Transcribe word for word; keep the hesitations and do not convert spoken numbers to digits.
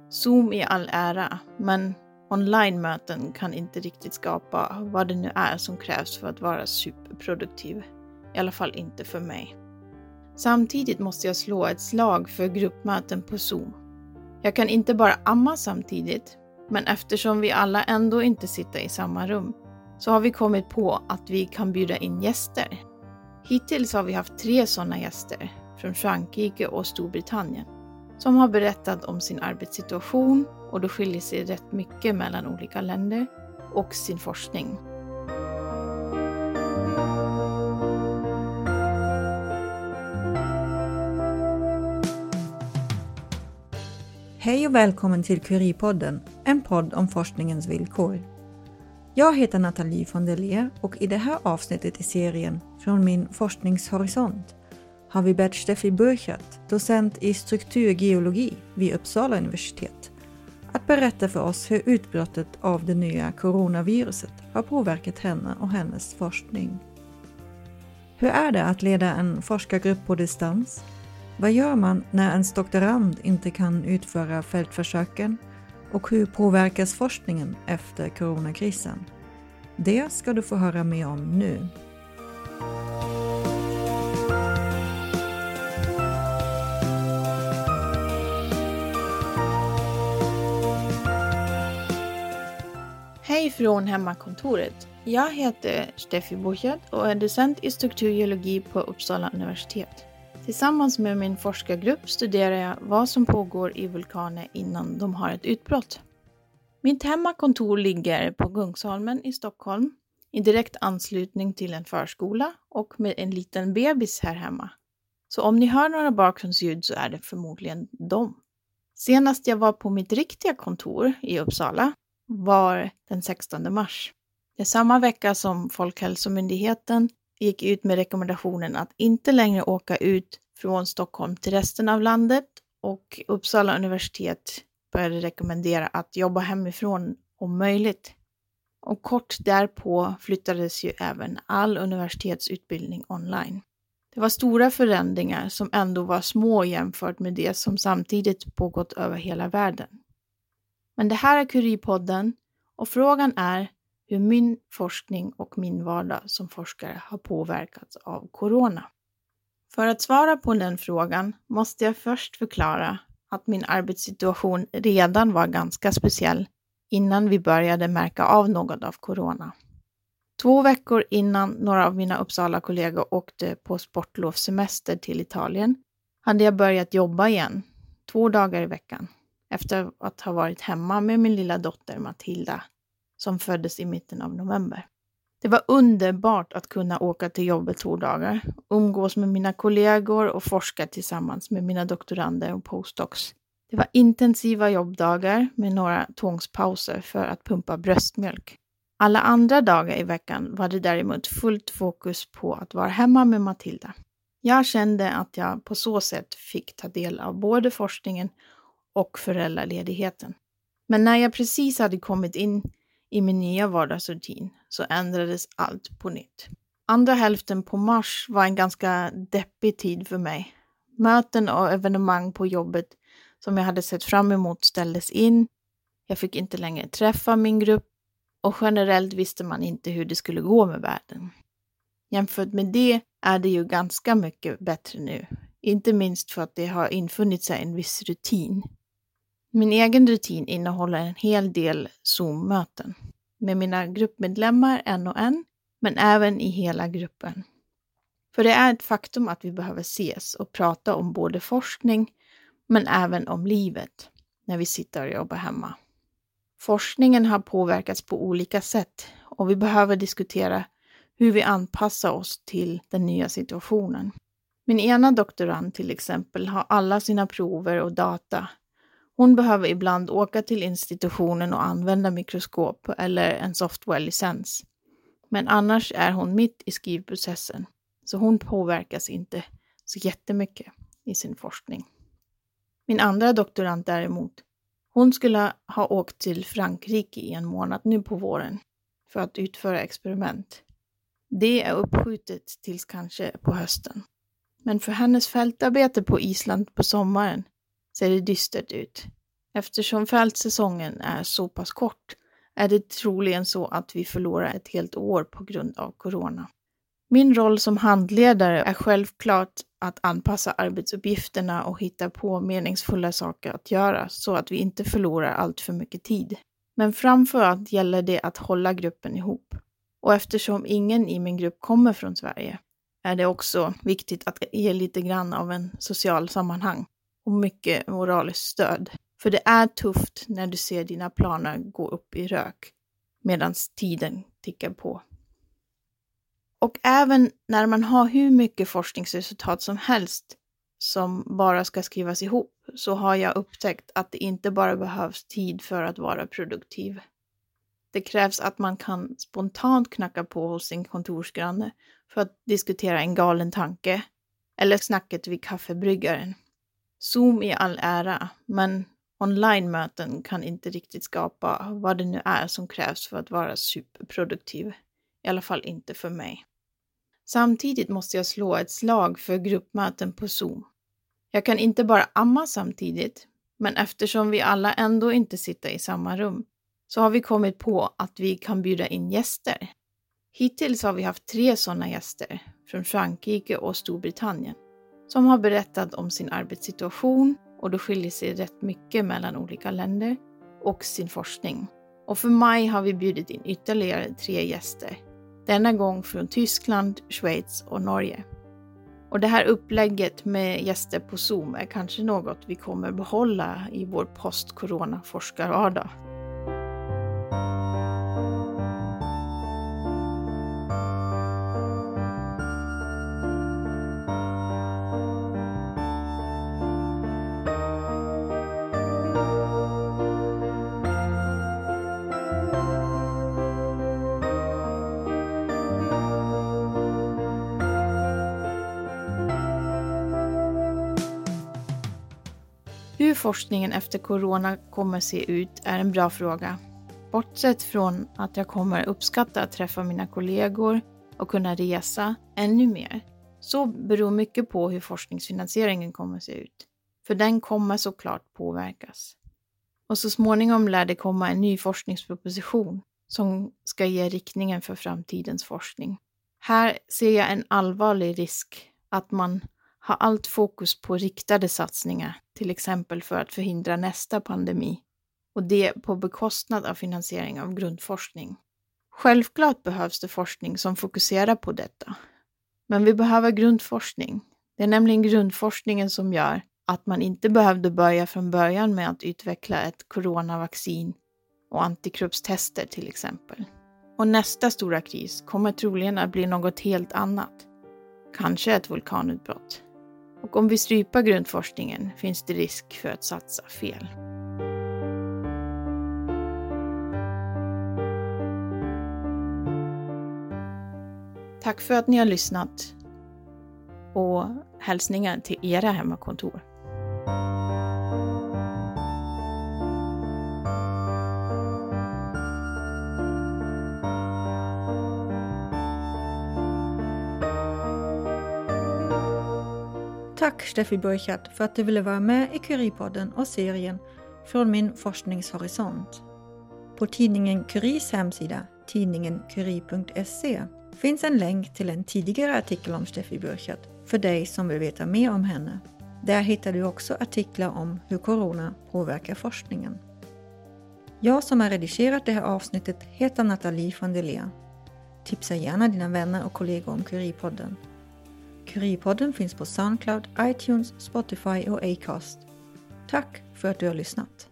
Zoom i all ära, men online-möten kan inte riktigt skapa vad det nu är som krävs för att vara superproduktiv. I alla fall inte för mig. Samtidigt måste jag slå ett slag för gruppmöten på Zoom. Jag kan inte bara amma samtidigt, men eftersom vi alla ändå inte sitter i samma rum så har vi kommit på att vi kan bjuda in gäster. Hittills har vi haft tre sådana gäster från Frankrike och Storbritannien som har berättat om sin arbetssituation, och det skiljer sig rätt mycket mellan olika länder, och sin forskning. Hej och välkommen till Curie-podden, en podd om forskningens villkor. Jag heter Nathalie von der Leer och i det här avsnittet i serien Från min forskningshorisont har vi bett Steffi Burchardt, docent i strukturgeologi vid Uppsala universitet, att berätta för oss hur utbrottet av det nya coronaviruset har påverkat henne och hennes forskning. Hur är det att leda en forskargrupp på distans? Vad gör man när ens doktorand inte kan utföra fältförsöken? Och hur påverkas forskningen efter coronakrisen? Det ska du få höra mer om nu. Hej från hemmakontoret. Jag heter Steffi Burchardt och är docent i strukturgeologi på Uppsala universitet. Tillsammans med min forskargrupp studerar jag vad som pågår i vulkaner innan de har ett utbrott. Mitt hemmakontor ligger på Kungsholmen i Stockholm i direkt anslutning till en förskola och med en liten bebis här hemma. Så om ni hör några bakgrundsljud så är det förmodligen dem. Senast jag var på mitt riktiga kontor i Uppsala var den sextonde mars. Det är samma vecka som Folkhälsomyndigheten gick ut med rekommendationen att inte längre åka ut från Stockholm till resten av landet, och Uppsala universitet började rekommendera att jobba hemifrån om möjligt. Och kort därpå flyttades ju även all universitetsutbildning online. Det var stora förändringar som ändå var små jämfört med det som samtidigt pågått över hela världen. Men det här är Curie-podden och frågan är hur min forskning och min vardag som forskare har påverkats av corona. För att svara på den frågan måste jag först förklara att min arbetssituation redan var ganska speciell innan vi började märka av något av corona. Två veckor innan några av mina Uppsala-kollegor åkte på sportlovssemester till Italien hade jag börjat jobba igen, två dagar i veckan, efter att ha varit hemma med min lilla dotter Matilda, som föddes i mitten av november. Det var underbart att kunna åka till jobbet två dagar, umgås med mina kollegor och forska tillsammans med mina doktorander och postdocs. Det var intensiva jobbdagar med några tvångspauser för att pumpa bröstmjölk. Alla andra dagar i veckan var det däremot fullt fokus på att vara hemma med Matilda. Jag kände att jag på så sätt fick ta del av både forskningen och föräldraledigheten. Men när jag precis hade kommit in i min nya vardagsrutin så ändrades allt på nytt. Andra hälften på mars var en ganska deppig tid för mig. Möten och evenemang på jobbet som jag hade sett fram emot ställdes in. Jag fick inte längre träffa min grupp och generellt visste man inte hur det skulle gå med världen. Jämfört med det är det ju ganska mycket bättre nu. Inte minst för att det har infunnit sig en viss rutin. Min egen rutin innehåller en hel del Zoom-möten med mina gruppmedlemmar en och en, men även i hela gruppen. För det är ett faktum att vi behöver ses och prata om både forskning men även om livet när vi sitter och jobbar hemma. Forskningen har påverkats på olika sätt och vi behöver diskutera hur vi anpassar oss till den nya situationen. Min ena doktorand till exempel har alla sina prover och data. Hon behöver ibland åka till institutionen och använda mikroskop eller en software-licens. Men annars är hon mitt i skrivprocessen, så hon påverkas inte så jättemycket i sin forskning. Min andra doktorand däremot, hon skulle ha åkt till Frankrike i en månad nu på våren för att utföra experiment. Det är uppskjutet tills kanske på hösten. Men för hennes fältarbete på Island på sommaren ser det dystert ut. Eftersom fältsäsongen är så pass kort är det troligen så att vi förlorar ett helt år på grund av corona. Min roll som handledare är självklart att anpassa arbetsuppgifterna och hitta på meningsfulla saker att göra så att vi inte förlorar allt för mycket tid. Men framför allt gäller det att hålla gruppen ihop. Och eftersom ingen i min grupp kommer från Sverige är det också viktigt att ge lite grann av en social sammanhang och mycket moraliskt stöd. För det är tufft när du ser dina planer gå upp i rök medan tiden tickar på. Och även när man har hur mycket forskningsresultat som helst som bara ska skrivas ihop så har jag upptäckt att det inte bara behövs tid för att vara produktiv. Det krävs att man kan spontant knacka på hos sin kontorsgranne för att diskutera en galen tanke eller snacket vid kaffebryggaren. Zoom i all ära, men online-möten kan inte riktigt skapa vad det nu är som krävs för att vara superproduktiv. I alla fall inte för mig. Samtidigt måste jag slå ett slag för gruppmöten på Zoom. Jag kan inte bara amma samtidigt, men eftersom vi alla ändå inte sitter i samma rum så har vi kommit på att vi kan bjuda in gäster. Hittills har vi haft tre sådana gäster från Frankrike och Storbritannien som har berättat om sin arbetssituation och det skiljer sig rätt mycket mellan olika länder och sin forskning. Och för maj har vi bjudit in ytterligare tre gäster. Denna gång från Tyskland, Schweiz och Norge. Och det här upplägget med gäster på Zoom är kanske något vi kommer behålla i vår post-corona-forskarvardag. Hur forskningen efter corona kommer se ut är en bra fråga. Bortsett från att jag kommer uppskatta att träffa mina kollegor och kunna resa ännu mer, så beror mycket på hur forskningsfinansieringen kommer se ut. För den kommer såklart påverkas. Och så småningom lär det komma en ny forskningsproposition som ska ge riktningen för framtidens forskning. Här ser jag en allvarlig risk att man har allt fokus på riktade satsningar, till exempel för att förhindra nästa pandemi, och det på bekostnad av finansiering av grundforskning. Självklart behövs det forskning som fokuserar på detta, men vi behöver grundforskning. Det är nämligen grundforskningen som gör att man inte behövde börja från början med att utveckla ett coronavaccin och antikroppstester till exempel. Och nästa stora kris kommer troligen att bli något helt annat, kanske ett vulkanutbrott. Och om vi strypar grundforskningen finns det risk för att satsa fel. Tack för att ni har lyssnat och hälsningar till era hemmakontor. Tack Steffi Burchardt för att du ville vara med i Curie-podden och serien Från min forskningshorisont. På tidningen Curies hemsida, tidningen curie punkt se, finns en länk till en tidigare artikel om Steffi Burchardt för dig som vill veta mer om henne. Där hittar du också artiklar om hur corona påverkar forskningen. Jag som har redigerat det här avsnittet heter Nathalie von der Leer. Tipsa gärna dina vänner och kollegor om Curie-podden. Curie-podden finns på SoundCloud, iTunes, Spotify och Acast. Tack för att du har lyssnat.